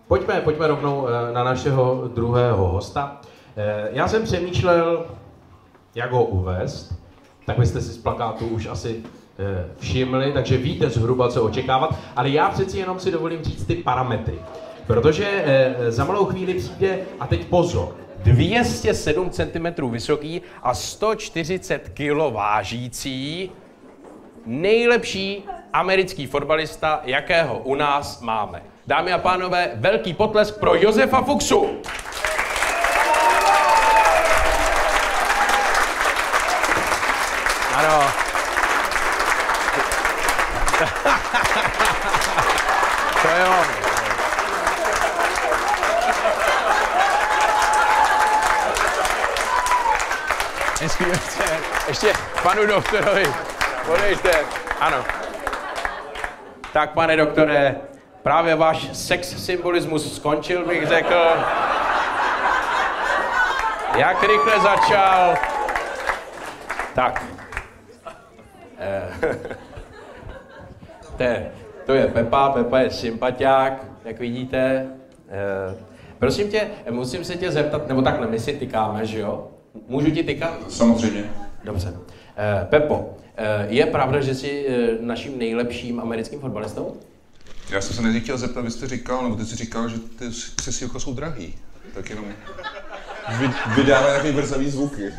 Pojďme rovnou na našeho druhého hosta. Já jsem přemýšlel, jak ho uvést, tak byste si z plakátu už asi všimli, takže víte zhruba, co očekávat, ale já přeci jenom si dovolím říct ty parametry, protože za malou chvíli přijde, a teď pozor, 207 cm vysoký a 140 kg vážící nejlepší americký fotbalista, jakého u nás máme. Dámy a pánové, velký potlesk pro Josefa Fuchsu. Ano. To je on. Ještě panu doktorovi. Podejte. Ano. Tak, pane doktore, právě váš sex symbolismus skončil, bych řekl. Jak rychle začal. Tak. To je Pepa, Pepa je sympatiák, jak vidíte. Prosím tě, musím se tě zeptat, nebo takhle, my si tykáme, že jo? Můžu ti tykat? Samozřejmě. Dobře. Pepo, je pravda, že jsi naším nejlepším americkým fotbalistou? Já jsem se nejdřív chtěl zeptat, vy jste říkal, nebo ty jsi říkal, že ty křesílka jsou drahý. Tak jenom vydáme takový vrzavý zvuky.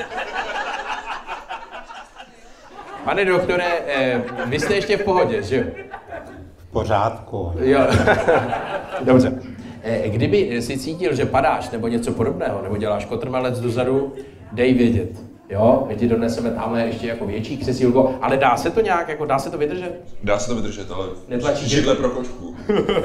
Pane doktore, vy jste ještě v pohodě, že jo? V pořádku. Jo, dobře. Kdyby si cítil, že padáš nebo něco podobného, nebo děláš kotrmelec dozadu, dej vědět. Jo, my ti doneseme tamhle ještě jako větší křesílko, ale dá se to nějak, jako dá se to vydržet? Dá se to vydržet, ale netlačí židle pro kočku.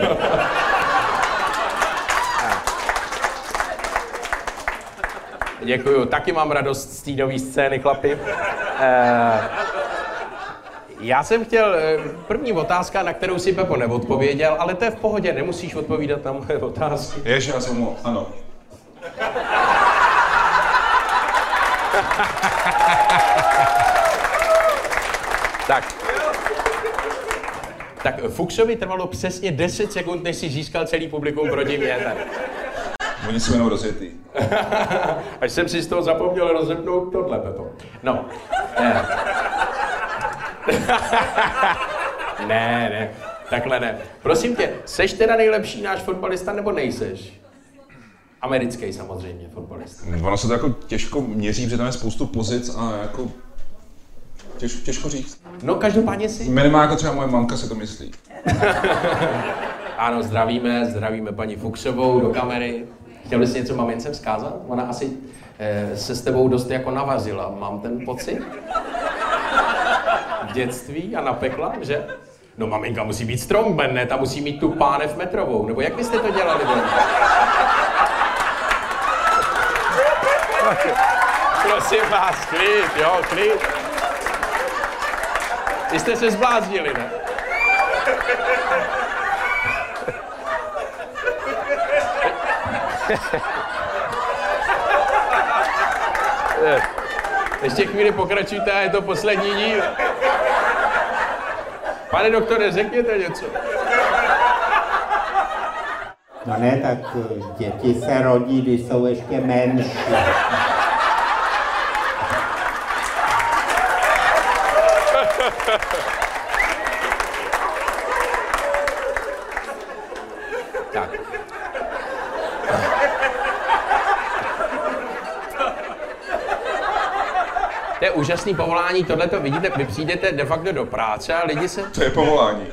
Děkuju, taky mám radost z té nový scény, chlapi. Já jsem chtěl, první otázka, na kterou si Pepo neodpověděl, ale to je v pohodě, nemusíš odpovídat na moje otázky. Ježi, já jsem mu, ano. Tak Fuchsovi trvalo přesně 10 sekund, než si získal celý publikum proti mě. Oni jsou jenom rozjetý. Až jsem si z toho zapomněl rozepnout tohle, Pepo. No. Ne, takhle ne. Prosím tě, seš teda nejlepší náš fotbalista, nebo nejseš? Americký samozřejmě fotbalista. Ono se to jako těžko měří, protože tam je spoustu pozic a jako těžko říct. No každopádně si. Minimálně jako třeba moje mamka si to myslí. Ano, zdravíme paní Fuchsovou do kamery. Chtěl bys něco mamince vzkázat? Ona asi se s tebou dost jako navazila, mám ten pocit? V dětství a napekla, že? No maminka musí být strongman, ne? Ta musí mít tu pánev metrovou, nebo jak byste to dělali? Prosím vás, klid. Vy jste se zbláznili, ne? Ještě chvíli pokračujte a je to poslední díl. Pane doktore, řekněte něco. No ne, tak děti se rodí, když jsou ještě menší. Tak. To je úžasný povolání, tohleto vidíte, vy přijdete de facto do práce a lidi se... To je povolání.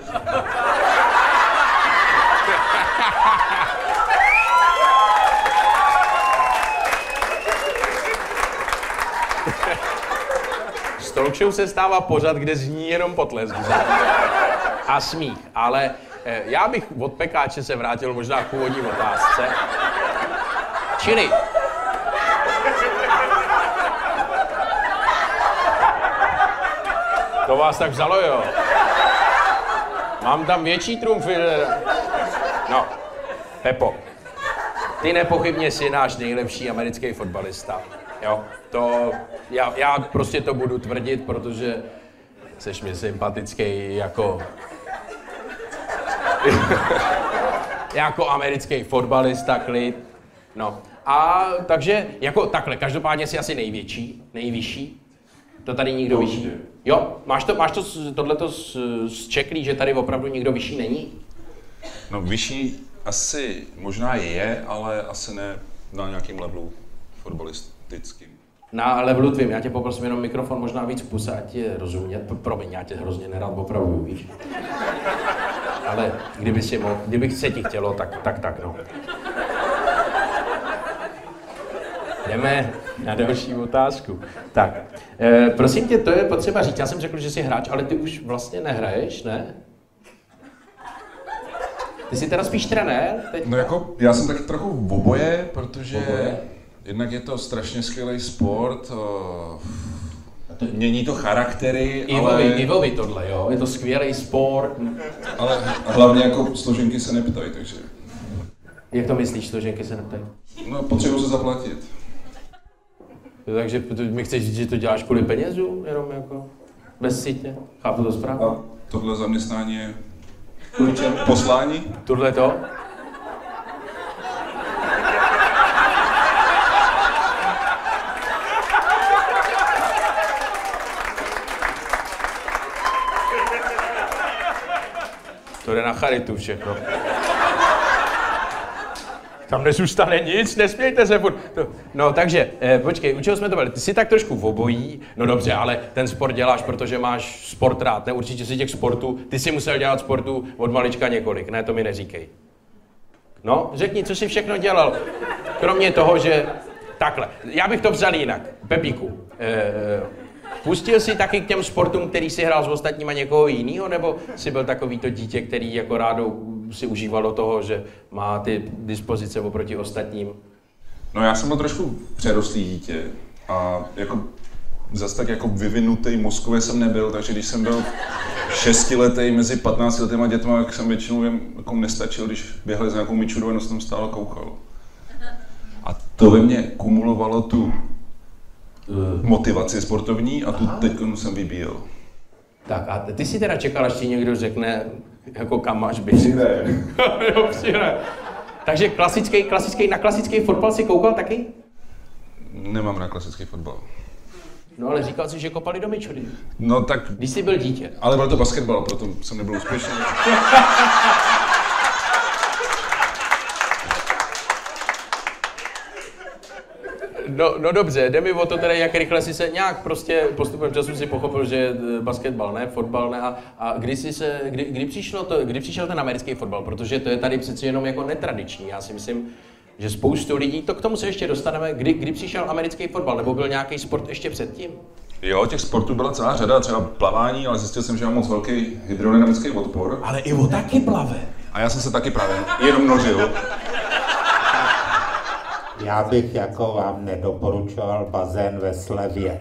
Z talk show se stává pořad, kde zní jenom potlesk a smích, ale já bych od Pekáče se vrátil možná k původní otázce. Čili... To vás tak vzalo, jo? Mám tam větší trumfy. No, Pepo, ty nepochybně jsi náš nejlepší americký fotbalista. Jo, to, já prostě to budu tvrdit, protože jsi mi sympatický jako... jako americký fotbalista, klid. No. A takže, jako takhle, každopádně jsi asi nejvyšší. To tady nikdo vyšší. Jo, máš tohleto zčeklý, že tady opravdu nikdo vyšší není? No vyšší asi možná je, ale asi ne na nějakým levelu fotbalistickým. Na levelu tvým, já tě poprosím jenom mikrofon možná víc v puse, ať tě rozumět. Promiň, já tě hrozně nerad opravdu, víš. Ale kdybych se ti chtělo, tak no. Jdeme na další otázku. Tak, prosím tě, to je potřeba říct. Já jsem řekl, že jsi hráč, ale ty už vlastně nehraješ, ne? Ty jsi teda spíš trenér? Teď? No jako, já jsem tak trochu v oboje, protože jednak je to strašně skvělý sport, mění to charaktery, ale... Ivovi tohle, jo, je to skvělý sport. Ale hlavně jako složenky se neptají, takže... Jak to myslíš, složenky se neptají? No, potřebuji se zaplatit. Takže mi chceš říct, že to děláš kvůli penězů, jenom jako bezcitně? Chápu to správně? A tohle zaměstnání je poslání? Tohle to? To jde na charitu všechno. Tam nezůstane nic, nesmějte se furt. No takže, počkej, u čeho jsme to byli? Ty jsi tak trošku v obojí, no dobře, ale ten sport děláš, protože máš sport rád, ne? Určitě si těch sportů, ty jsi musel dělat sportu od malička několik, ne? To mi neříkej. No, řekni, co jsi všechno dělal, kromě toho, že... Takhle, já bych to vzal jinak. Pepíku, pustil jsi taky k těm sportům, který si hrál s ostatníma někoho jiného, nebo jsi byl takový to dítě, který jako rádo si užívalo toho, že má ty dispozice oproti ostatním? No já jsem byl trošku přerostlý dítě a jako zase tak jako vyvinutý mozkově jsem nebyl, takže když jsem byl 6letý mezi 15 letýma dětma, tak jsem většinou jako nestačil, když běhali za nějakou myčuru a jsem stále koukal. A to ve mně kumulovalo tu motivaci sportovní a tu teď jsem vybíjel. Tak a ty si teda čekal, až ti někdo řekne, jako kam máš být? Jo, přijde. Takže na klasický fotbal si koukal taky? Nemám na klasický fotbal. No ale říkal jsi, že kopali do myčury. No tak... Když jsi byl dítě. Ale byl to basketbal, proto jsem nebyl úspěšný. No dobře, jde mi o to teda, jak rychle si se nějak prostě postupem času si pochopil, že je basketbal, ne, fotbal, ne, a kdy přišel ten americký fotbal, protože to je tady přeci jenom jako netradiční, já si myslím, že spoustu lidí, to k tomu se ještě dostaneme, kdy přišel americký fotbal, nebo byl nějaký sport ještě předtím? Jo, těch sportů byla celá řada, třeba plavání, ale zjistil jsem, že mám moc velký hydrodynamický odpor. Ale Ivo taky plave. A já jsem se taky právě jenom nořil. Já bych jako vám nedoporučoval bazén ve Slevě.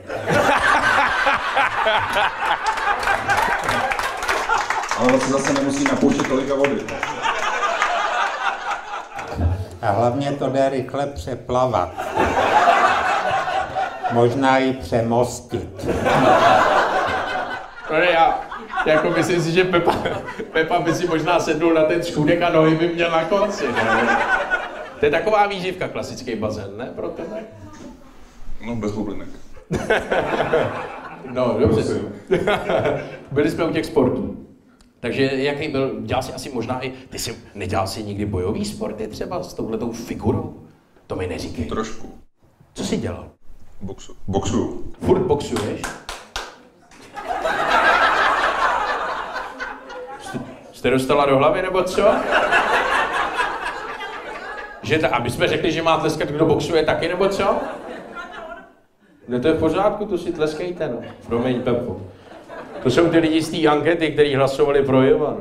Ale se zase nemusí napouštět tolika vody. A hlavně to jde rychle přeplavat. Možná i přemostit. No ne, já jako myslím si, že Pepa by si možná sednul na ten schůdek a nohy by měl na konci, ne? To je taková výživka, klasický bazén, ne, pro tebe? No, bez bublinek. No, dobře. Byli jsme u těch sportů. Takže jaký byl, dělal jsi asi možná i, ty jsi nedělal si nikdy bojový sporty třeba s touhletou figurou? To mi neříkej. Trošku. Co jsi dělal? Boxuju. Furt boxuješ? Jste dostala do hlavy, nebo co? Aby jsme řekli, že má tleskat, kdo boxuje taky, nebo co? No to je v pořádku, to si tleskejte, no. Promiň, Pepo. To jsou ty lidi z té ankety, kteří hlasovali pro Ivana.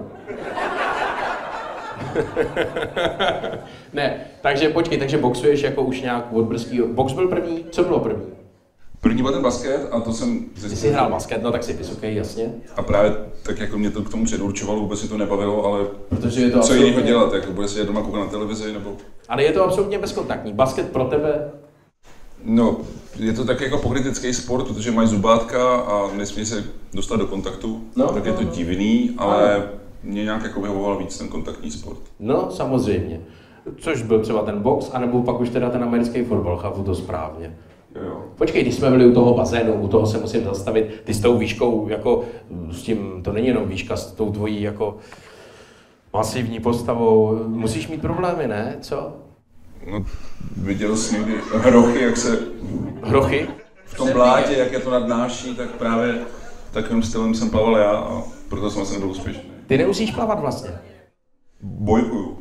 Ne, takže počkej, takže boxuješ jako už nějak od brzkýho. Box byl první? Co bylo první? První byl ten basket a to jsem zjistil. Ty jsi hrál basket, no tak si vysoký, jasně. A právě tak jako mě to k tomu předurčovalo, vůbec mi to nebavilo, ale protože je to co jiného dělat, jako bude sedět doma koukat na televizi, nebo... Ale je to absolutně bezkontaktní. Basket pro tebe? No, je to tak jako pokrytecký sport, protože mají zubátka a nesmí se dostat do kontaktu, tak je to divný, ale mě nějak jako vyhovoval víc ten kontaktní sport. No, samozřejmě. Což byl třeba ten box, anebo pak už teda ten americký fotbal, chápu to správně. Jo. Počkej, když jsme byli u toho bazénu, u toho se musím zastavit, ty s tou výškou, jako s tím, to není jenom výška, s tou tvojí jako masivní postavou, musíš mít problémy, ne? Co? No, viděl jsi někdy hrochy, jak se... Hrochy? V tom blátě, jak je to nadnáší, tak právě takovým stylem jsem plaval já a proto jsem asi nebyl úspěšný. Ty nemusíš plavat vlastně. Bojkuju.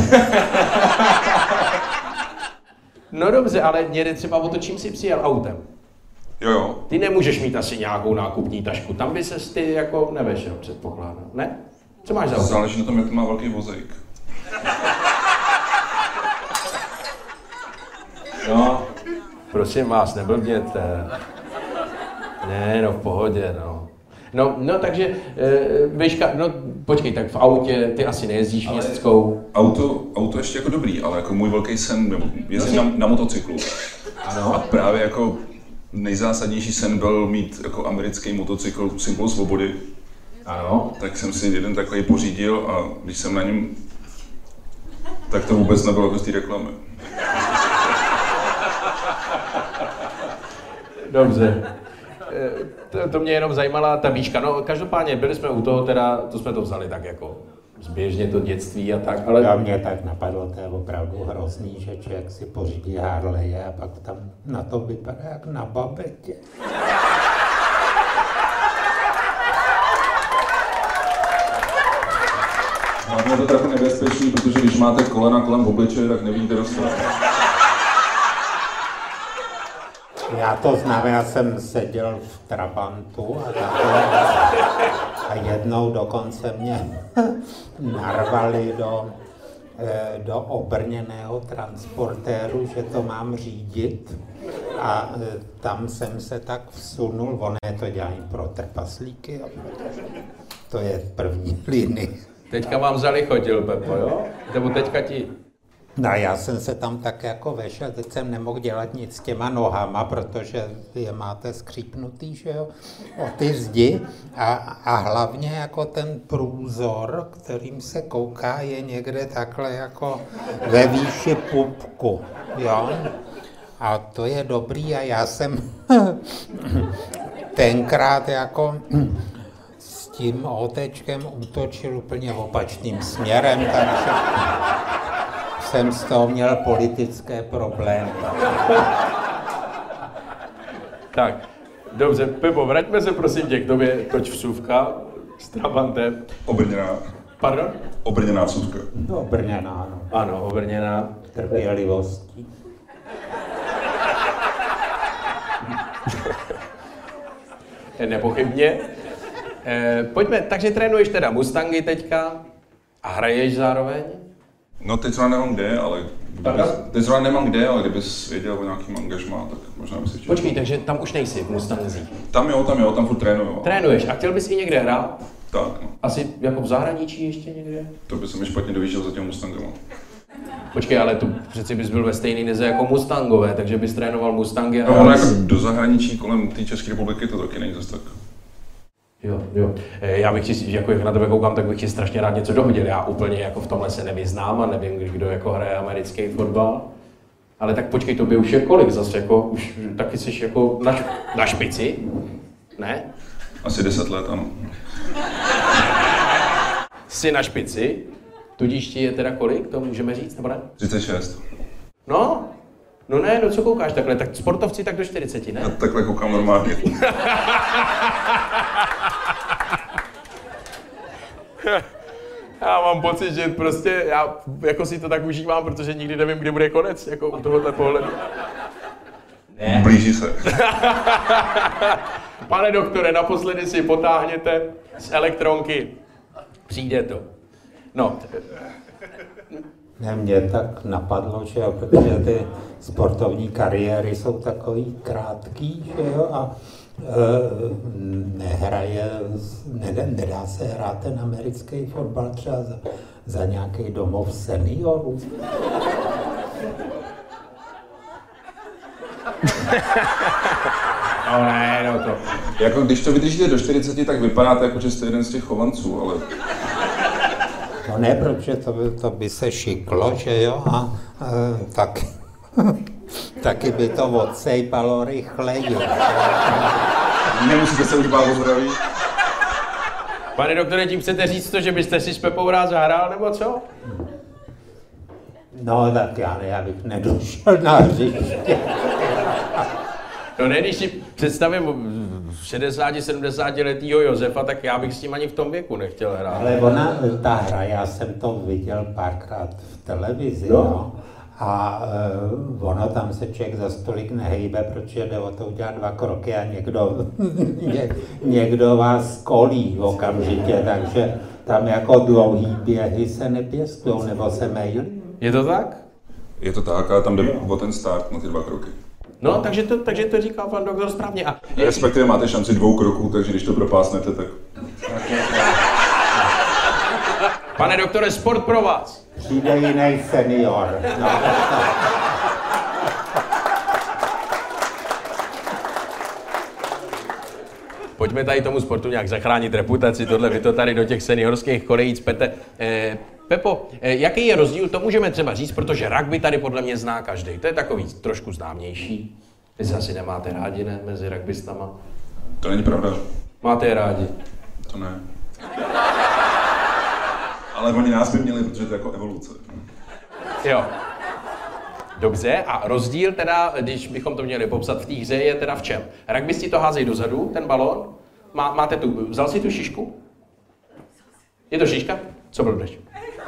No dobře, ale mě jde třeba o to, čím jsi přijel autem. Jo. Ty nemůžeš mít asi nějakou nákupní tašku, tam by ses ty jako nevešel, předpokládám, ne? Co máš za auto? Záleží na tom, jak má velký vozejk. No, prosím vás, neblbněte. Ne, no v pohodě, no. No takže, výška, no počkej, tak v autě ty asi nejezdíš městskou. Auto ještě jako dobrý, ale jako můj velký sen, nebo jezdím na motocyklu. Ano. A právě jako nejzásadnější sen byl mít jako americký motocykl symbol svobody. Ano. Tak jsem si jeden takový pořídil a když jsem na něm, tak to vůbec nebylo jako z té reklamy. Dobře. To mě jenom zajímala ta výška. No každopádně byli jsme u toho teda, to jsme to vzali tak jako zběžně to dětství a tak, ale... Já mě tak napadlo, to je opravdu hrozný, že člověk si pořídí Harley a pak tam na to vypadá jak na babetě. Hlavně je to trochu nebezpečný, protože když máte kolena kolem obličeje, tak nevidíte dostat. Já to znám, já jsem seděl v Trabantu a jednou dokonce mě narvali do obrněného transportéru, že to mám řídit a tam jsem se tak vsunul, ono to dělají pro trpaslíky, to je první linii. Teďka vám zalichotil, Pepo, jo? Nebo teďka ti? No já jsem se tam tak jako vešel, teď jsem nemohl dělat nic s těma nohama, protože je máte skřípnutý, že jo, o ty zdi a hlavně jako ten průzor, kterým se kouká, je někde takhle jako ve výši pupku, jo. A to je dobrý a já jsem tenkrát jako s tím OTčkem útočil úplně opačným směrem, takže jsem z toho měl politické problémy. Tak, dobře, Pepo, vraťme se prosím tě k tobě, toč vsuvka s Trabantem. Obrněná. Pardon? Obrněná vsuvka. Obrněná, no. Ano, obrněná. Trpělivostí. Nepochybně. Pojďme, takže trénuješ teda Mustangy teďka a hraješ zároveň? No teď zrovna nemám kde, ale kdybys věděl o nějakým angažmá, tak možná bys si včetl. Počkej, takže tam už nejsi v Mustangzích. Tam furt trénuju. Trénuješ a chtěl bys i někde hrát? Tak, no. Asi jako v zahraničí ještě někde? To by se mi špatně dovížel za těm Mustangama. Počkej, ale tu přeci bys byl ve stejný lize jako Mustangové, takže bys trénoval Mustangy a... No ale jako do zahraničí kolem té České republiky to taky není zase tak. Jo. Já bych ti, jako jak na tebe koukám, tak bych ti strašně rád něco dohodil. Já úplně jako v tomhle se nevyznám a nevím, kdo jako hraje americký fotbal. Ale tak počkej, to by už je kolik zase, jako už taky jsi jako na špici, ne? Asi 10 let, ano. Jsi na špici, tudíž ti je teda kolik, to můžeme říct, nebo ne? 36. No co koukáš takhle, tak sportovci tak do 40, ne? Já takhle koukám normálně. Já mám pocit, že prostě já jako si to tak užívám, protože nikdy nevím, kdy bude konec, jako u tohohle pohledu. Ne. Blíží se. Pane doktore, naposledy si potáhněte z elektronky. Přijde to. No. Ne, mě tak napadlo, že jo, protože ty sportovní kariéry jsou takový krátký, že jo, a nedá se hrát ten americký fotbal třeba za nějaký domov seniorů. Jako když to vydržíte do 40, tak vypadáte jako, že jste jeden z těch chovanců, ale No ne, protože to by se šiklo, že jo, a tak, taky by to odsejpalo rychleji. Nemusíte se už bát o zdraví. Pane doktore, tím chcete říct to, že byste si s Pepou rád zahrál, nebo co? No tak já bych nedošel na hřiště. No ne, když si představím 60-70 letýho Josefa, tak já bych s tím ani v tom věku nechtěl hrát. Ale ta hra, já jsem to viděl párkrát v televizi, no. A ono tam se člověk za stolik nehejbe, protože jde o to udělat 2 kroky a někdo vás kolí okamžitě, takže tam jako dlouhý běhy se nepěstujou, nebo se mejlí. Je to tak? Je to tak, ale tam jde o ten start na ty 2 kroky. No, takže to říká pan doktor správně. A respektive máte šanci 2 kroků, takže když to propásnete, tak... Pane doktore, sport pro vás. Přijde jiný senior. No. Pojďme tady tomu sportu nějak zachránit reputaci, tohle vy to tady do těch seniorských kolejí cpete. Pepo, jaký je rozdíl, to můžeme třeba říct, protože rugby tady podle mě zná každý. To je takový trošku známější. Vy se asi nemáte rádi, ne, mezi rugbystama? To není pravda. Máte je rádi? To ne. Ale oni nás by měli, protože to je jako evoluce. Jo. Dobře, a rozdíl teda, když bychom to měli popsat v té hře, je teda v čem? Rugbysti to házejí dozadu, ten balón. Máte tu, vzal si tu šišku? Je to šiška? Co blbneš?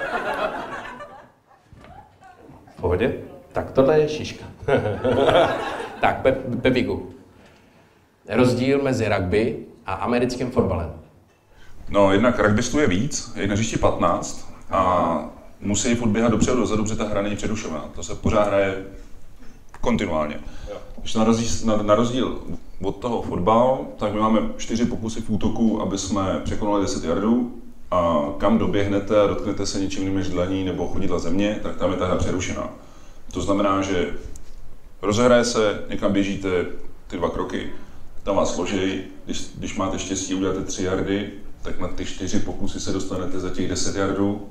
V pohodě? Tak tohle je šiška. Tak, Pepiku. Rozdíl mezi rugby a americkým fotbalem. No, jednak rugbystů je víc, je na hřišti 15 a musí odběhat dopředu dozadu, protože ta hra není přerušená. To se pořád hraje kontinuálně. Když na rozdíl od toho fotbalu, tak my máme 4 pokusy v útoku, aby jsme překonali 10 yardů a kam doběhnete a dotknete se něčím jiným než dlaní nebo chodidla země, tak tam je ta hra přerušená. To znamená, že rozehraje se, někam běžíte ty 2 kroky, tam vás složí, když máte štěstí, uděláte 3 yardy, tak na ty 4 pokusy se dostanete za těch 10 yardů.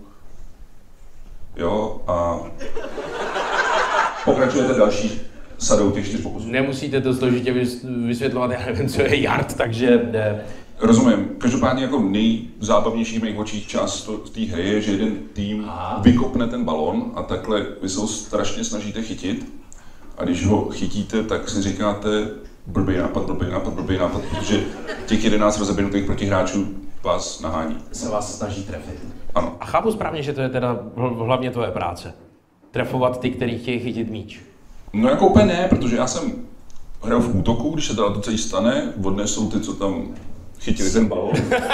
Jo, a pokračujete další sadou těch 4 pokusů. Nemusíte to složitě vysvětlovat, já nevím, co je yard, takže... Rozumím. Každopádně jako nejzábavnější v mých očích část té hry je, že jeden tým vykopne ten balón a takhle vy se ho strašně snažíte chytit. A když ho chytíte, tak si říkáte blbý nápad, protože těch 11 rozebenutých protihráčů vás nahání. Se vás snaží trefit. Ano. A chápu správně, že to je teda hlavně tvoje práce. Trefovat ty, který chtějí chytit míč. No jako úplně ne, protože já jsem hrál v útoku, když se teda to celý stane, odnesou ty, co tam chytili ten balón.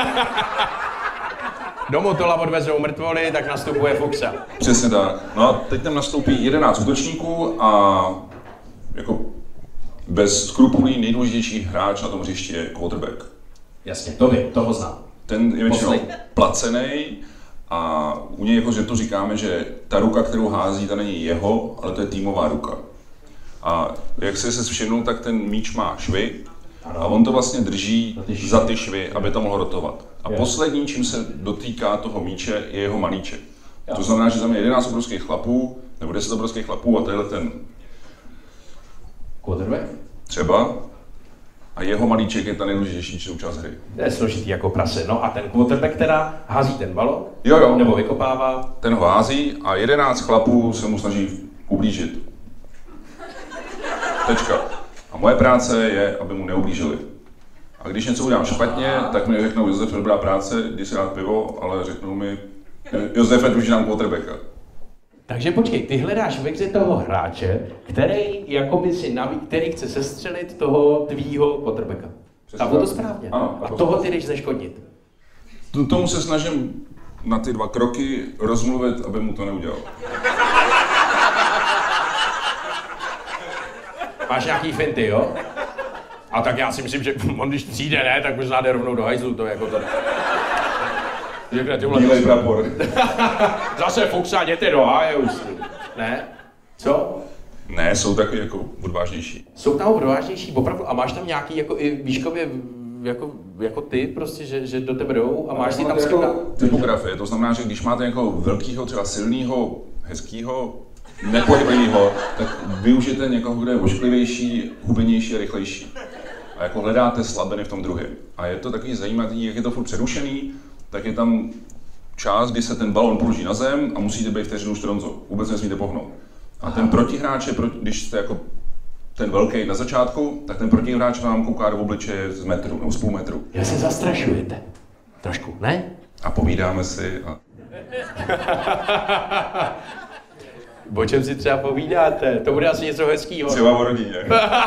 Do Motola odvezou mrtvoly, tak nastupuje Fuxa. Přesně tak. No a teď tam nastoupí 11 útočníků a jako bez skrupulí nejdůležitější hráč na tom hřišti je quarterback. Jasně, toho znám. Ten je většinou placený a u něj jakože to říkáme, že ta ruka, kterou hází, ta není jeho, ale to je týmová ruka. A jak se všimnul, tak ten míč má švy a on to vlastně drží za ty švy, aby to mohlo rotovat. A poslední, čím se dotýká toho míče, je jeho malíček. To znamená, že tam je 11 obrovských chlapů, nebo 10 obrovských chlapů a tenhle ten quarterback třeba. A jeho malíček je ta nejdůležitější součást hry. To je složitý jako prase. No a ten quarterback teda hází ten balon? Jo. Nebo vykopává? Ten ho hází a 11 chlapů se mu snaží ublížit. Tečka. A moje práce je, aby mu neublížili. A když něco udělám špatně, tak mi řeknou, Josef, dobrá práce, jdi si dát pivo, ale řeknou mi, Josefe, už dám quarterbacka. Takže počkej, ty hledáš ve hře toho hráče, který chce sestřelit toho tvýho quarterbacka. A bylo to správně. Ano, a toho ty jdeš zneškodnit. Tomu se snažím na ty 2 kroky rozmluvit, aby mu to neudělal. Máš nějaký finty, jo? A tak já si myslím, že on když přijde, ne, tak možná jde rovnou do hajzlu, to jako to. Bílej prapor. Zase Fuxa, jděte do háje už. Ne? Co? Ne, jsou taky jako odvážnější. Jsou tam odvážnější, opravdu. A máš tam nějaký jako i výškově jako ty prostě, že do tebe jdou a máš si tam jako typografie, to znamená, že když máte nějakého velkého, třeba silného, hezkého, nepohyblivého, tak využijete někoho, kdo je ošklivější, hubenější a rychlejší. A jako hledáte slabiny v tom druhém. A je to takový zajímavý, jak je to furt přerušený, tak je tam čas, kdy se ten balon položí na zem a musíte být vteřinu štronzo. Vůbec nesmíte pohnout. A ten protihráč je, když jste jako ten velký na začátku, tak ten protihráč vám kouká do obličeje z metru nebo z půl metru. Já se zastrašujete. Trošku, ne? A povídáme si a... O čem si třeba povídáte? To bude asi něco hezkýho. Třeba o rodině.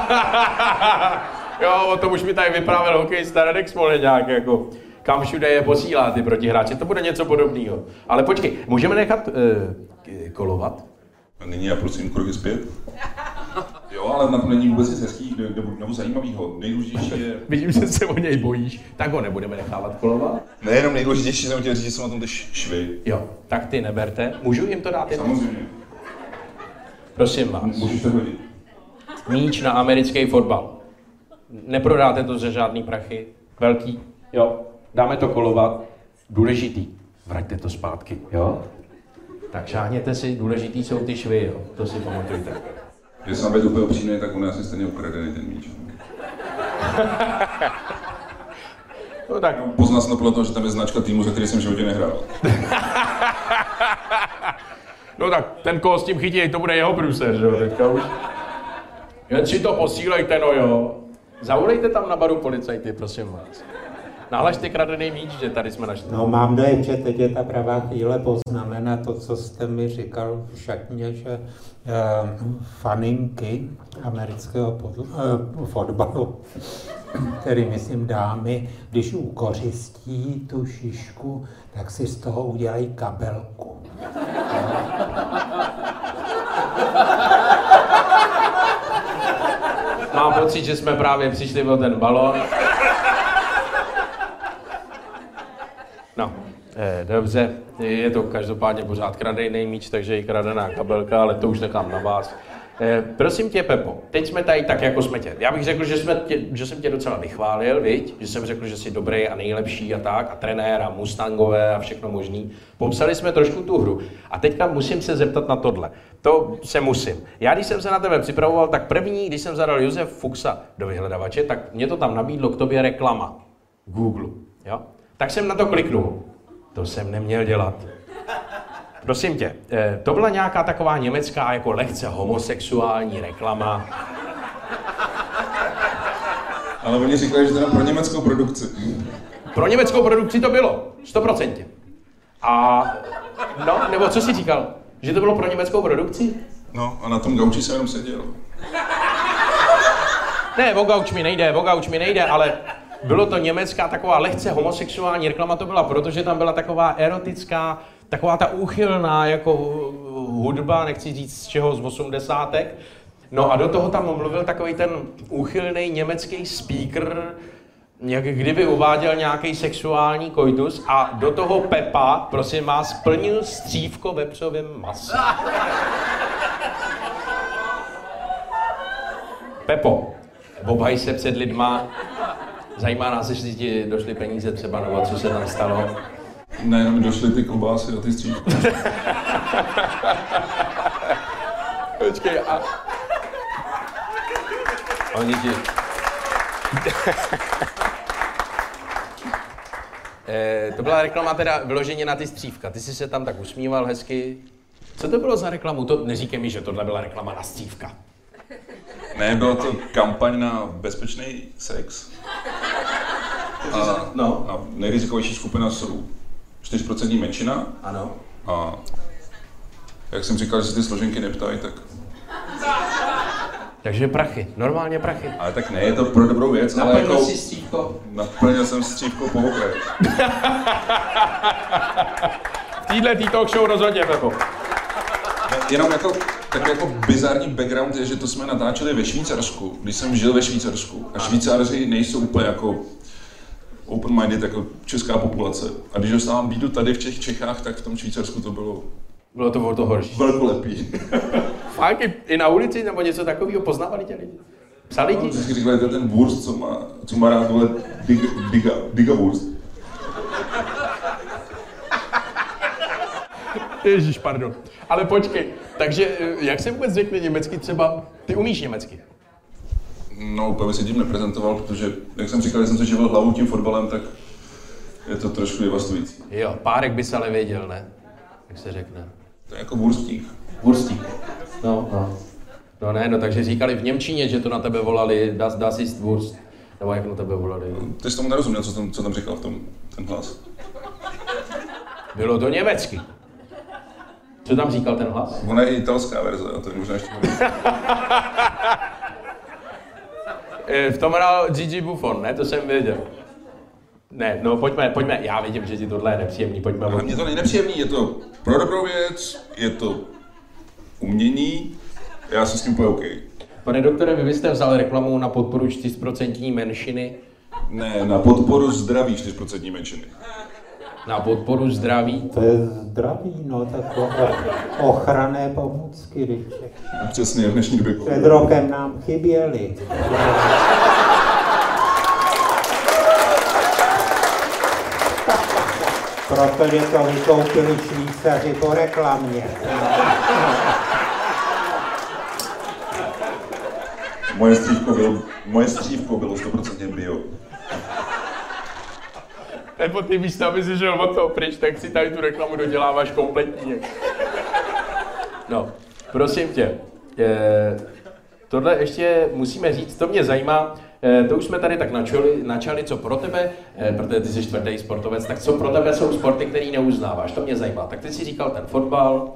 Jo, o tom už mi tady vyprávěl hokejista Radek Smoleňák, jako kam všude je posílá ty protihráče, to bude něco podobného. Ale počkej, můžeme nechat kolovat? A nyní já prosím kroky zpět. Jo, ale na to není vůbec nic hezký nebo zajímavého. Nejdůležitější je... Vidím, že se o něj bojíš, tak ho nebudeme nechávat kolovat. Nejenom nejdůležitější jsem chtěl říct, že jsou na tom ty švy. Jo, tak ty neberte. Můžu jim to dát? Samozřejmě. Prosím vás. Můžeš to hodit. Míč na americký fotbal. Neprodáte to za žádný prachy. Velký. Jo. Dáme to kolovat. Důležitý. Vraťte to zpátky. Jo. Tak šáhněte si, důležitý jsou ty švy, jo. To si pamatujte. Když jsem být úplně upřímný, tak u nás je stejně ukradený ten míč. No tak. Poznal jsem to podle toho, že tam je značka týmu, za který jsem v životě nehrál. No tak ten, koho s tím chytí, to bude jeho průser, že jo, teďka už. Jen si to posílejte, no jo. Zavolejte tam na baru policajty, prosím vás. Nahlašte kradený míč, že tady jsme našli. No mám dojem, že teď je ta pravá chvíle poznamenat to, co jste mi říkal v šatně, že faninky amerického fotbalu, který myslím dámy, když ukořistí tu šišku, tak si z toho udělají kabelku. Mám pocit, že jsme právě přišli o ten balon. No, dobře, je to každopádně pořád kradejnej míč, takže i kradená kabelka, ale to už nechám na vás. Prosím tě, Pepo, teď jsme tady tak, jako jsme tě. Já bych řekl, že jsem tě docela vychválil, viď? Že jsem řekl, že jsi dobrý a nejlepší a tak, a trenér a Mustangové a všechno možný. Popsali jsme trošku tu hru. A teďka musím se zeptat na tohle. To se musím. Já, když jsem se na tebe připravoval, tak první, když jsem zadal Josef Fuchsa do vyhledavače, tak mě to tam nabídlo k tobě reklama. Google, jo? Tak jsem na to kliknul. To jsem neměl dělat. Prosím tě, to byla nějaká taková německá jako lehce homosexuální reklama. Ale oni říkali, že to je pro německou produkci. Pro německou produkci to bylo, 100%. A no, nebo co jsi říkal? Že to bylo pro německou produkci? No, a na tom gauči jsem jenom seděl. Ne, o gauč mi nejde, ale bylo to německá taková lehce homosexuální reklama, to byla, protože tam byla taková erotická, taková ta úchylná jako hudba, nechci říct z čeho, z 80. No a do toho tam mluvil takový ten úchylný německý speaker, jak kdyby uváděl nějaký sexuální koitus a do toho Pepa, prosím vás, splnil střívko vepřovým masem. Pepo, obhaj se před lidma. Zajímá nás, jestli ti došly peníze třeba, nebo co se tam stalo. Nejenom mi došly ty klobásy a ty střívky. Počkej, a... Oni ti... To byla reklama teda vyloženě na ty střívka. Ty jsi se tam tak usmíval hezky. Co to bylo za reklamu? To neříkej mi, že tohle byla reklama na střívka. Ne, byla to kampaň na bezpečný sex. A nejrizikovější skupina jsou 4% menšina. Ano. A jak jsem říkal, že se ty složenky neptají, tak... Takže prachy, normálně prachy. Ale tak ne, je to pro dobrou věc, ale naplnil jako... si střívko? Naplnil jsem střívkou po okraji. V této talk show rozhodně, Pepo. Jenom jako, tak jako bizarní background je, že to jsme natáčeli ve Švýcarsku, když jsem žil ve Švýcarsku. A Švýcaři nejsou úplně jako open-minded jako česká populace. A když dostávám bídu tady v Čechách, tak v tom Švýcarsku to bylo... Bylo to horší. Velkolepý. Fakt i na ulici nebo něco takového poznávali tě lidi? Psali ti? Vždycky říkali, to je ten Wurst, co má rád tohle Biga Wurst. Ježíš, pardon. Ale počkej, takže jak se vůbec řekne německy třeba? Ty umíš německy? No, úplně se tím neprezentoval, protože, jak jsem říkal, že jsem se živil hlavou tím fotbalem, tak je to trošku devastující. Jo, párek by se ale věděl, ne? Jak se řekne? To je jako wurstík. Wurstík. No. No ne, no takže říkali v němčině, že to na tebe volali das ist Wurst. Nebo jak na tebe volali? Ty jsi tomu nerozuměl, co tam říkal ten hlas. Bylo to německy. Co tam říkal ten hlas? Ona je italská verze, a to je možná ještě V tom hrál Gigi Buffon, ne? To jsem věděl. Ne, no pojďme, já vidím, že ti tohle je nepříjemný, pojďme. Ale mně to není nepříjemný, je to pro dobrou věc, je to umění, já jsem s tím úplně OK. Pane doktore, vy byste vzal reklamu na podporu 4% menšiny? Ne, na podporu zdraví 4% menšiny. Na podporu zdraví? To je zdraví, no, tak ochranné pomůcky, Ryček. Přesně, v dnešní době. Před rokem nám chyběly. Protože to vykoupili Švýcaři po reklamě. Moje střívko bylo 100% bio. Nebo ty místo, aby si šel od toho pryč, tak si tady tu reklamu doděláváš kompletně. No, prosím tě, tohle ještě musíme říct, to mě zajímá, to už jsme tady tak načali, co pro tebe, protože ty jsi tvrdý sportovec, tak co pro tebe jsou sporty, který neuznáváš, to mě zajímá. Tak ty jsi říkal ten fotbal,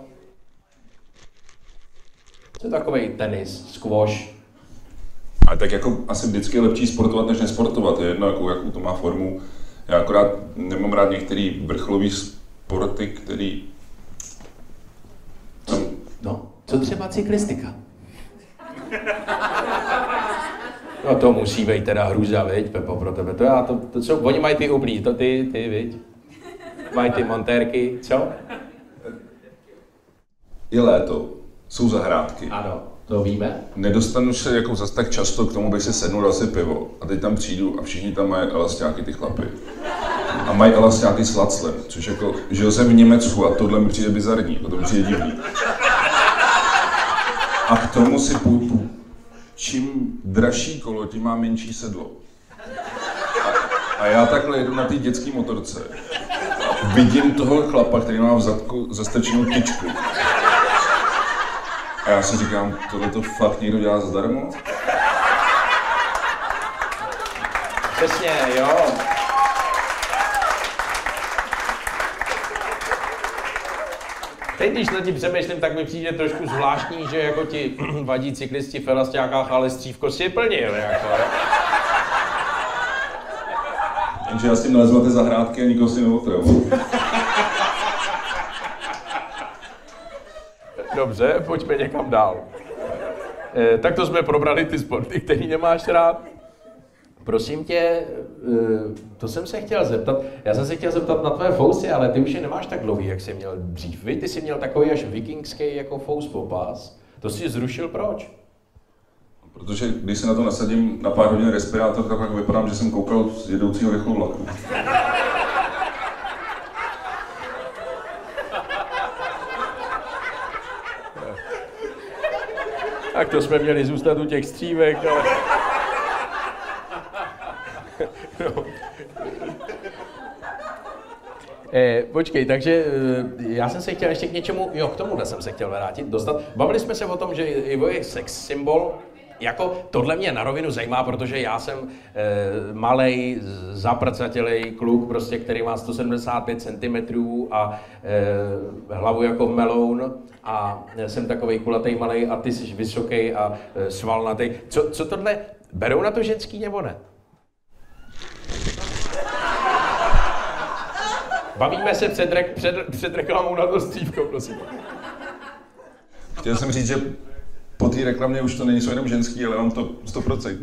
co je takovej tenis, squash. A tak jako asi vždycky je lepší sportovat, než nesportovat, je jedno, jakou to má formu. Já akorát nemám rád některý vrcholový sporty, který... No, co třeba cyklistika? No to musí být teda hrůza, viď, Pepo, pro tebe. To co, oni mají ty oblí, to ty, viď? Mají ty montérky, co? Je léto, jsou zahrádky. Ano, to víme. Nedostanu se jako zas tak často k tomu, bych si sednul asi pivo. A teď tam přijdu a všichni tam mají elasťáky, ty chlapy. A mají elasťáky s laclem, což jako, žil jsem v Německu a tohle mi přijde bizarní, a to mi přijde divný. A k tomu si půjdu, čím dražší kolo, tím má menší sedlo. A já takhle jedu na té dětské motorce. Vidím toho chlapa, který má v zadku zastrčenou tyčku. A já si říkám, tohle to fakt někdo dělá zadarmo? Přesně, jo. Teď, když na tím přemýšlím, tak mi přijde trošku zvláštní, že jako ti vadí cyklisti v elasťákách, ale střívko si je plnil, jako. Jenže já s tím nalezu na ty zahrádky a nikoho si neotrevu. Dobře, pojďme někam dál. Tak to jsme probrali ty sporty, který nemáš rád. Prosím tě, to jsem se chtěl zeptat. Já jsem se chtěl zeptat na tvé fousy, ale ty už je nemáš tak dlouhý, jak jsi měl dřív. Ty jsi měl takový až vikingský jako fous popás. To jsi zrušil, proč? Protože když se na to nasadím na pár hodin respirátor, tak vypadám, že jsem koukal z jedoucího rychlou vlaku. Tak to jsme měli zůstat u těch střívek, ale... No. Počkej, takže já jsem se chtěl ještě k něčemu, k tomuhle jsem se chtěl vrátit, dostat. Bavili jsme se o tom, že Ivo je sex symbol. Jako tohle mě na rovinu zajímá, protože já jsem malej, zaprcatělej kluk, prostě, který má 175 cm a hlavu jako meloun a jsem takovej kulatej malej a ty jsi vysoký a svalnatej. Co tohle, berou na to ženský nebo ne? Bavíme se před reklamou na to střívko, prosím. Chtěl jsem říct, že po té reklamě už to nejsou jenom ženský, ale mám to 100%.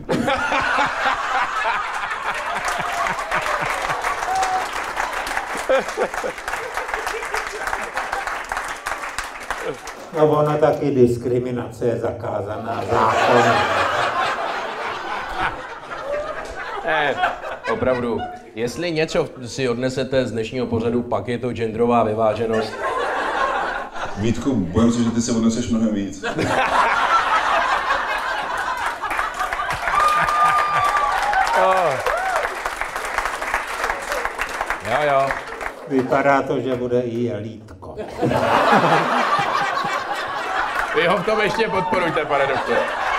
No ono taky diskriminace je zakázaná zákonem. Ne, opravdu. Jestli něco si odnesete z dnešního pořadu, pak je to genderová vyváženost. Vítku, bojím se, že ty si odneseš mnohem víc. Jo. Vypadá to, že bude i elítko. Vy ho v tom ještě podporujte, pane doktore.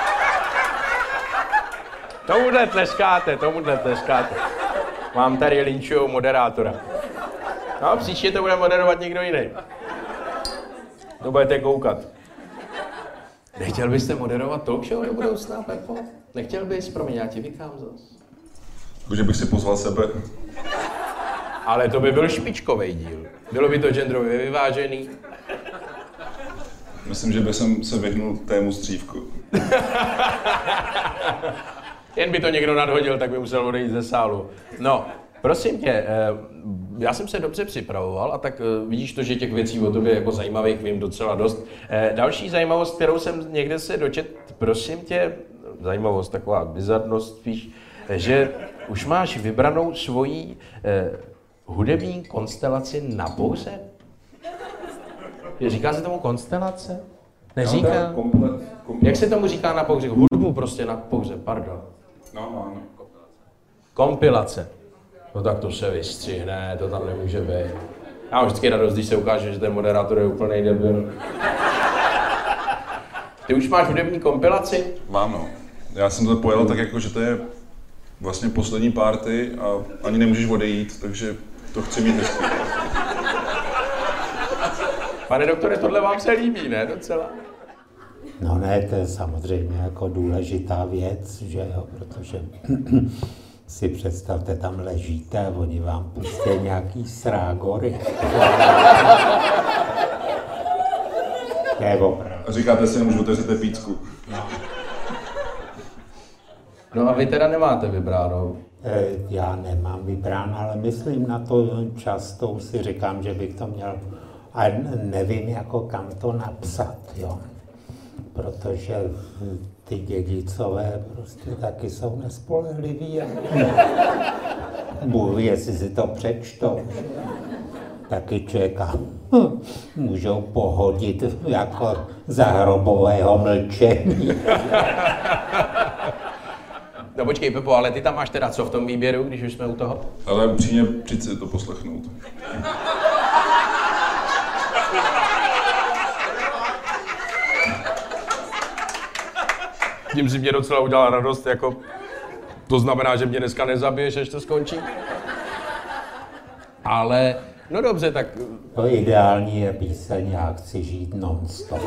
Tomuhle tleskáte. Mám tady linčujou moderátora. No, příště to bude moderovat někdo jiný. To budete koukat. Nechtěl byste moderovat talk show do budoucna, Pepo? Nechtěl bys? Promiň, já ti vykám zas. Že bych si pozval sebe. Ale to by byl špičkový díl. Bylo by to genderově vyvážený. Myslím, že bych se vyhnul tému střívku. Jen by to někdo nadhodil, tak by musel odejít ze sálu. No, prosím tě, já jsem se dobře připravoval a tak vidíš to, že těch věcí o tobě jako zajímavých vím docela dost. Další zajímavost, kterou jsem někde se dočet, prosím tě, zajímavost, taková bizarnost spíš, že už máš vybranou svoji hudební konstelaci na pouze? Říká se tomu konstelace? Neříká? Komplet. Jak se tomu říká na pouze? Hudbu prostě na pouze, pardon. No. Kompilace. No tak to se vystřihne, to tam nemůže být. Já mám vždycky radost, když se ukáže, že ten moderátor je úplnej debil. Ty už máš hudební kompilaci? Mám, no. Já jsem to pojel tak jako, že to je vlastně poslední party a ani nemůžeš odejít, takže to chci mít hezký. Pane doktore, tohle vám se líbí, ne? Docela. No ne, to je samozřejmě jako důležitá věc, že jo, protože si představte, tam ležíte a oni vám pustí nějaký srágory. To je opravdu. A říkáte si, nemůžu otevřete pícku. No a vy teda nemáte vybráno? Já nemám vybráno, ale myslím na to často, si říkám, že bych to měl, a nevím, jako kam to napsat, jo. Protože ty dědicové prostě taky jsou nespolehliví a Bůh ví, jestli si to přečtou. Taky člověka můžou pohodit jako za hrobového mlčení. No počkej, Pepo, ale ty tam máš teda co v tom výběru, když už jsme u toho? Ale upřímně přijď si to poslechnout. Tím si mě docela udělal radost, jako to znamená, že mě dneska nezabiješ, až to skončí. Ale, no dobře, tak... To ideální je píseň Já chci žít non-stop.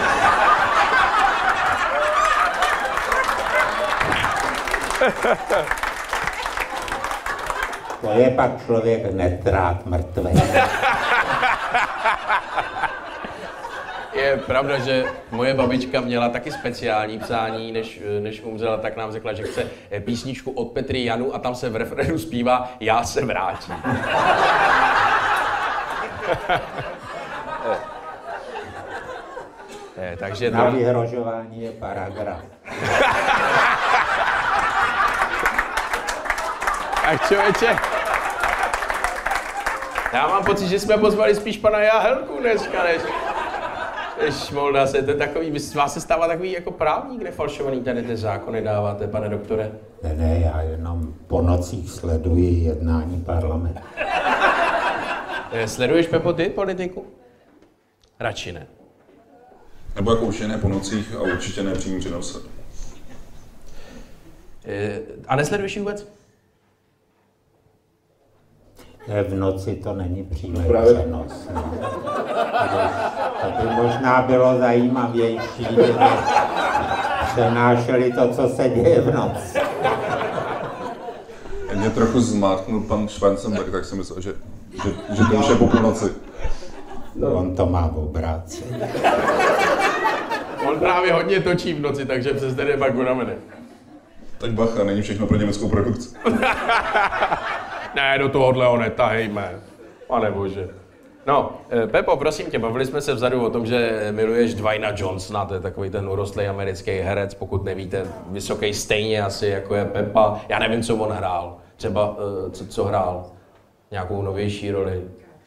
To je pak člověk netrát mrtvý. Je pravda, že moje babička měla taky speciální přání, než umřela, tak nám řekla, že chce písničku od Petry Janu a tam se v refrénu zpívá Já se vrátím. Takže na vyhrožování je paragraf. Tak člověče, já mám pocit, že jsme pozvali spíš pana Jáhelku dneska, než Molda se, to je takový, z vás se stává takový jako právník, nefalšovaný tady ty zákony dáváte, pane doktore? Ne, já jenom po nocích sleduji jednání parlamentu. Sleduješ, Pepo, ty politiku? Radši ne. Nebo jako už ne po nocích a určitě ne přímým přenosem. A nesleduješ ji vůbec? V noci to není přímý přenos. No. To by možná bylo zajímavější, kdyby přenášeli to, co se děje v noci. Mě trochu zmátnul pan Schwarzenberg, tak jsem myslel, že to už je po půlnoci. On to má v obráceně. On právě hodně točí v noci, takže přes den je pak na mene. Tak bacha, není všechno pro německou produkci. Ne, do tohohle ho netahejme. Pane bože. No, Pepo, prosím tě, bavili jsme se vzadu o tom, že miluješ Dwayna Johnsona, to je takový ten urostlý americký herec, pokud nevíte, vysoký stejně asi, jako je Pepa. Já nevím, co on hrál. Třeba, co hrál? Nějakou novější roli.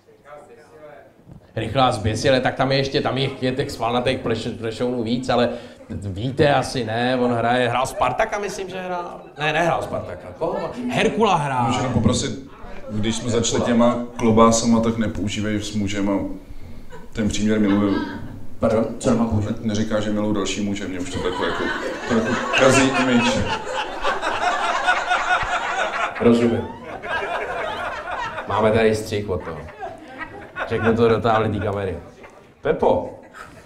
Rychlá zběsile, tak tam je těch svalnatých plešounů víc, ale víte asi ne, on hrál Spartaka, myslím, že hrál. Ne, nehrál Spartaka. Koho? Herkula hrál. Můžu jenom poprosit, když jsme začali těma klobásama, tak nepoužívej s mužem a ten příměr miluju. Pardon, co nemám použít? Neříká, že miluju další muže, mě už to takhle jako kazí image. Rozumím. Máme tady střih od toho. Řeknu to do té kamery. Pepo.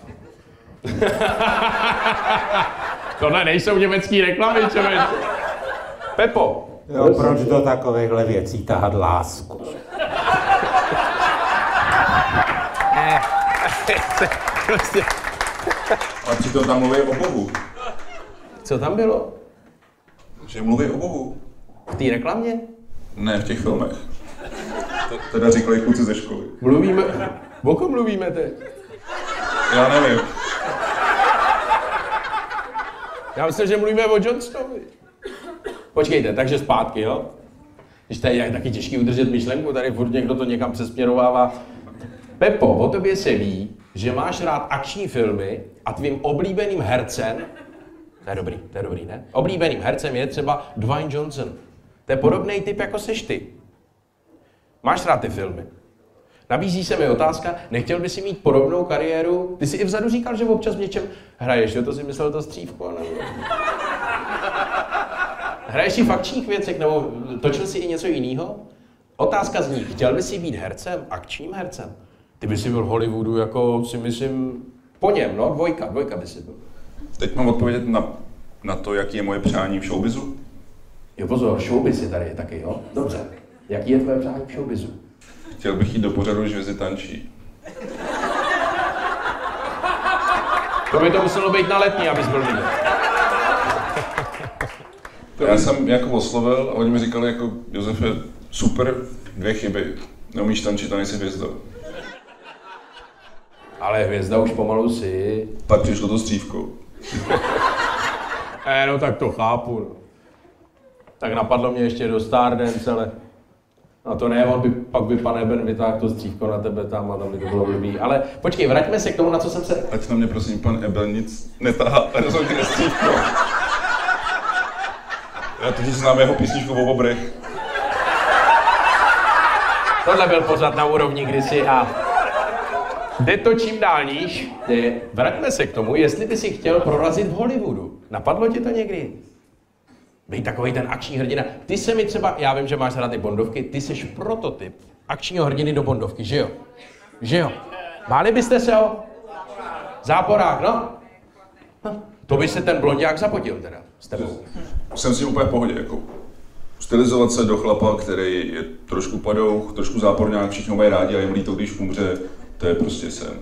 Tohle nejsou německý reklamy, člověk. Pepo. Jo, proč do takovýchhle věcí tahat lásku? A přitom tam mluví o Bohu. Co tam bylo? Že mluví o Bohu. V té reklamě? Ne, v těch filmech. Teda říkali kluci ze školy. Mluvíme... O kom mluvíme teď? Já nevím. Já myslím, že mluvíme o Johnsonovi. Počkejte, takže zpátky, jo? Když tady je taky těžký udržet myšlenku, tady furt někdo to někam přesměrovává. Pepo, o tobě se ví, že máš rád akční filmy a tvým oblíbeným hercem, to je dobrý, ne? Oblíbeným hercem je třeba Dwayne Johnson. To je podobný typ, jako seš ty. Máš rád ty filmy. Nabízí se mi otázka, nechtěl by si mít podobnou kariéru? Ty jsi i vzadu říkal, že občas v něčem hraješ, jo? To si myslel to střívko, nebo... Hraješ i v akčních věcech, nebo točil jsi i něco jiného? Otázka zní, chtěl by si být hercem, akčním hercem? Ty by si byl v Hollywoodu, jako si myslím, po něm, no, dvojka by si byl. Teď mám odpovědět na to, jaký je moje přání v showbizu? Jo, pozor, showbiz je tady taky, jo? Dobře. Jaký je tvoje přání v showbizu? Chtěl bych jít do pořadu Hvězdy tančí. To by to muselo být na Letní, abys byl vidět. Já jsem jako oslovil a oni mi říkali jako, Josefe, super, 2 chyby. Neumíš tančit a nejsi hvězda. Ale hvězda už pomalu si. Pak přišlo to střívko. No tak to chápu, no. Tak napadlo mě ještě do Stardance, ale... No to ne, pak by pan Eben vytáhl to střívko na tebe tam a tam by to bylo blbý. Ale počkej, vraťme se k tomu, na co jsem se... Ať na mě prosím pan Eben nic netáhá a nezvukne střívko. Já totiž znám jeho písničku o obrech. Tohle byl pořád na úrovni kdysi a... Jde to čím dál níž. Vraťme se k tomu, jestli by si chtěl prorazit v Hollywoodu. Napadlo ti to někdy? Být takový ten akční hrdina. Ty se mi třeba, já vím, že máš rád ty bondovky, ty jsi prototyp akčního hrdiny do bondovky, že jo? Že jo? Báli byste se ho? Záporák, no? To by se ten blonďák zapotil teda s tebou. Jsem si úplně v pohodě, jako stylizovat se do chlapa, který je trošku padouch, trošku záporňák, všichni ho mají rádi a jim líto, když umře, to je prostě sen.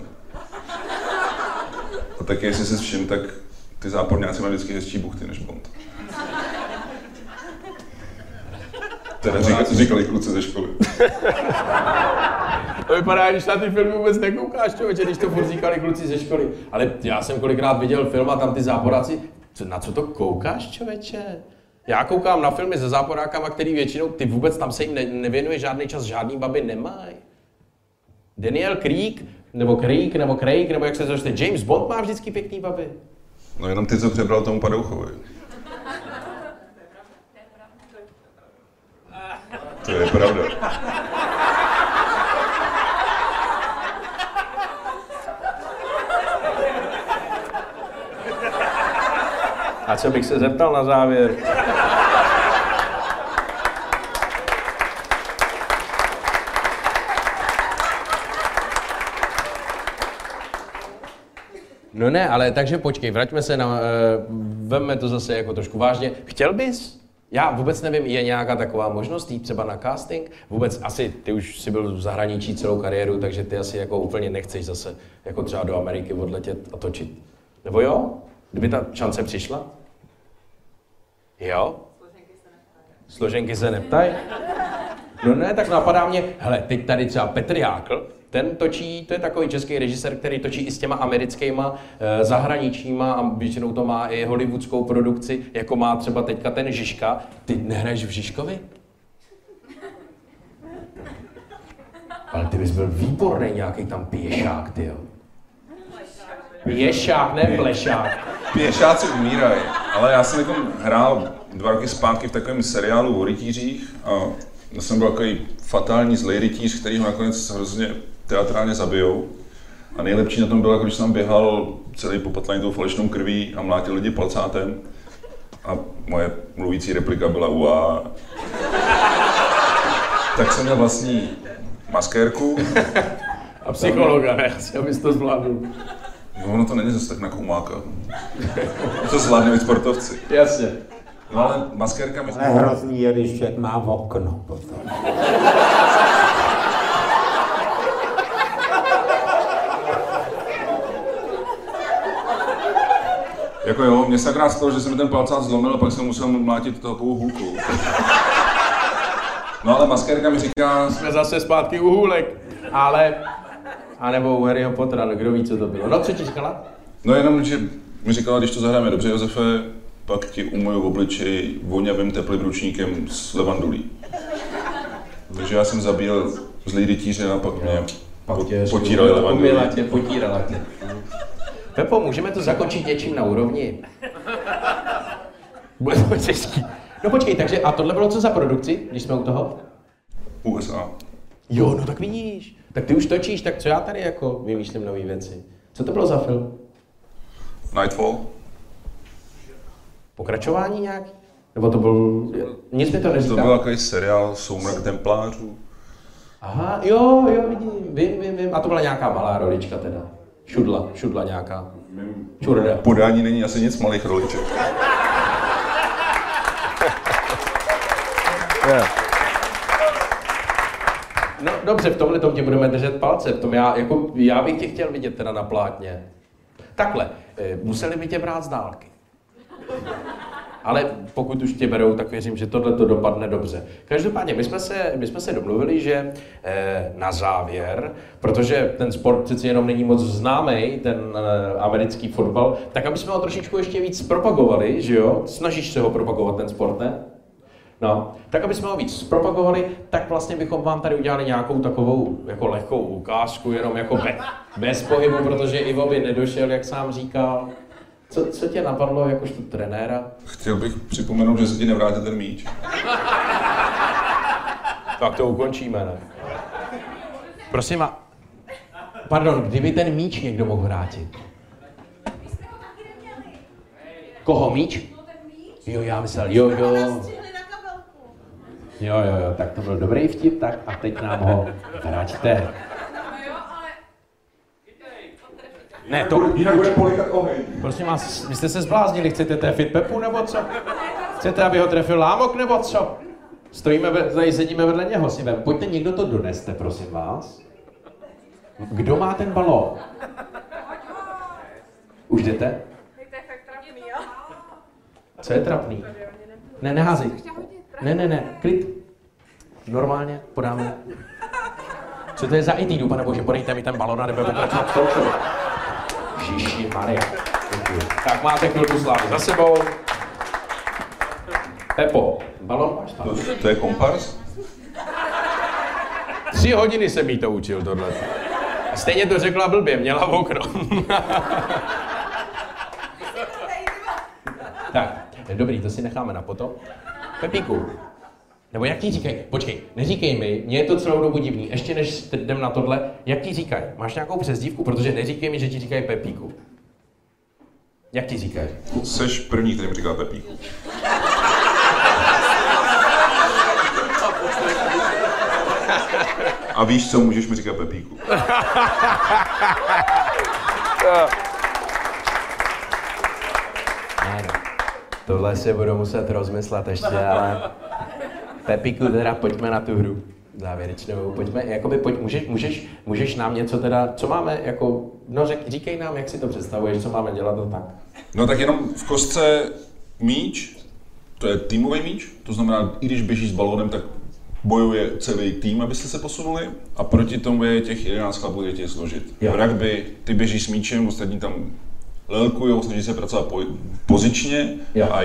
A taky, jestli se všim, tak ty záporňáci mají vždycky hezčí buchty než Bond. Teda říkali kluci ze školy. To vypadá, když na ty filmy vůbec nekoukáš, člověče, když to furt říkali kluci ze školy. Ale já jsem kolikrát viděl film a tam ty záporáci, na co to koukáš, člověče? Já koukám na filmy se záporákama, který většinou, ty vůbec tam se jim nevěnuje žádný čas, žádný baby nemají. Daniel Craig, nebo jak se to čte, James Bond má vždycky pěkný baby. No jenom ty, co přebral tomu padouchovi. To je pravda. A co bych se zeptal na závěr? No ne, ale takže počkej, vraťme se na, vemme to zase jako trošku vážně. Chtěl bys? Já vůbec nevím, je nějaká taková možnost jít třeba na casting? Vůbec asi, ty už jsi byl v zahraničí celou kariéru, takže ty asi jako úplně nechceš zase jako třeba do Ameriky odletět a točit. Nebo jo? Kdyby ta šance přišla? Jo? Složenky se neptají. No ne, tak napadá mě, hele, teď tady třeba Petr Jákl, Ten točí, to je takový český režisér, který točí i s těma americkýma zahraničíma a většinou to má i hollywoodskou produkci, jako má třeba teďka ten Žižka. Ty nehraješ v Žižkovi? Ale ty bys byl výborný nějaký tam pěšák, tyjo. Pěšák, ne plešák. Pěšáci umírají, ale já jsem jako hrál 2 roky zpátky v takovém seriálu o rytířích a já jsem byl takový fatální zlej rytíř, který ho nakonec hrozně teatrálně zabijou. A nejlepší na tom bylo, jako když jsem běhal celý popatlaný tou falešnou krví a mlátil lidi palcátem. A moje mluvící replika byla uá. Tak jsem měl vlastní maskérku. A psychologa, ne? Asi, abys to zvládl. No, ono to není zase tak na kumáka. To zvládne i sportovci. Jasně. No ale maskérka mi... Ale hrozný je, když člověk má v okno potom. Jako jo, mě se akorát stalo, že jsem ten palcát zlomil a pak jsem musel mlátit takovou hůlku. No ale maskérka mi říká... Jsme zase zpátky u hůlek, ale... A nebo u Harryho Pottera, no, kdo ví, co to bylo. No, co ti říkala? No jenom, že mi říkala, když to zahráme dobře, Josefe, pak ti umyju v obličeji vonavým teplým ručníkem s levandulí. Takže já jsem zabíjel zlý rytíře a pak mě potírali levandulí. Potírala tě. Pepo, můžeme to zakončit něčím na úrovni? Bude to český. No počkej, takže a tohle bylo co za produkci, když jsme u toho? USA. Jo, no tak vidíš. Tak ty už točíš, tak co já tady jako vymýšlím nové věci? Co to bylo za film? Nightfall. Pokračování nějaký? Nebo to byl... Nic mi to neříká. To byl takový seriál Soumrak templářů. Aha, jo, vím. A to byla nějaká malá rolička teda. Šudla nějaká. Čurda. Podání není asi nic malých roliček. No dobře, v tomhle tom tě budeme držet palce, v tom já bych tě chtěl vidět teda na plátně. Takhle, museli by tě brát z dálky. Ale pokud už tě berou, tak věřím, že tohle to dopadne dobře. Každopádně, my jsme se domluvili, že na závěr, protože ten sport přeci jenom není moc známý, ten americký fotbal, tak aby jsme ho trošičku ještě víc propagovali, že jo? Snažíš se ho propagovat, ten sport, ne? No, tak aby jsme ho víc propagovali, tak vlastně bychom vám tady udělali nějakou takovou jako lehkou ukázku, jenom jako bez pohybu, protože Ivo by nedošel, jak sám říkal. Co tě napadlo jakožto trenéra? Chtěl bych připomenout, že se ti nevrátil ten míč. Tak to ukončíme, ne? Prosím, pardon, kdyby ten míč někdo mohl vrátit? Koho, míč? Jo, já myslel, jo. Jo, tak to byl dobrý vtip, tak a teď nám ho vraťte. Ne, to... Jinak bude polikat oheň. Prosím vás, vy jste se zbláznili, chcete trefit Pepu nebo co? Chcete, aby ho trefil Lámok nebo co? Tady sedíme vedle něho, si vem. Pojďte, někdo to doneste, prosím vás. Kdo má ten balón? Už jdete? Co je trapný? Ne, neházej. Ne, klid. Normálně, podáme. Co to je za etídu, pane bože, podejte mi ten balón a jdeme pokračovat v touto. Ježiši Maria. Tak máte chvilku slávy za sebou. Pepo, balón máš tam. To je kompars? 3 hodiny jsem jí to učil, tohle. A stejně to řekla blbě, měla v okno. Tak, dobrý, to si necháme na potom. Pepíku, nebo jak ti říkají? Počkej, neříkej mi, mně je to celou dobu divný. Ještě než jdem na tohle, jak ti říkají? Máš nějakou přezdívku? Protože neříkej mi, že ti říkají Pepíku. Jak ti říkají? Seš první, který mi říká Pepíku. A víš co, můžeš mi říkat Pepíku. Tohle si budu muset rozmyslet ještě, ale Pepíku, teda pojďme na tu hru závěrečnou. Pojďme, jakoby, můžeš nám něco teda, co máme jako, no říkej nám, jak si to představuješ, co máme dělat a tak. No tak jenom v kostce míč, to je týmový míč, to znamená, i když běžíš s balónem, tak bojuje celý tým, abyste se posunuli, a proti tomu je těch 11 chlapů, který tě složit. Jo. V rugby ty běžíš s míčem, ostatní tam lelkujou, snaží se pracovat pozičně Jo. a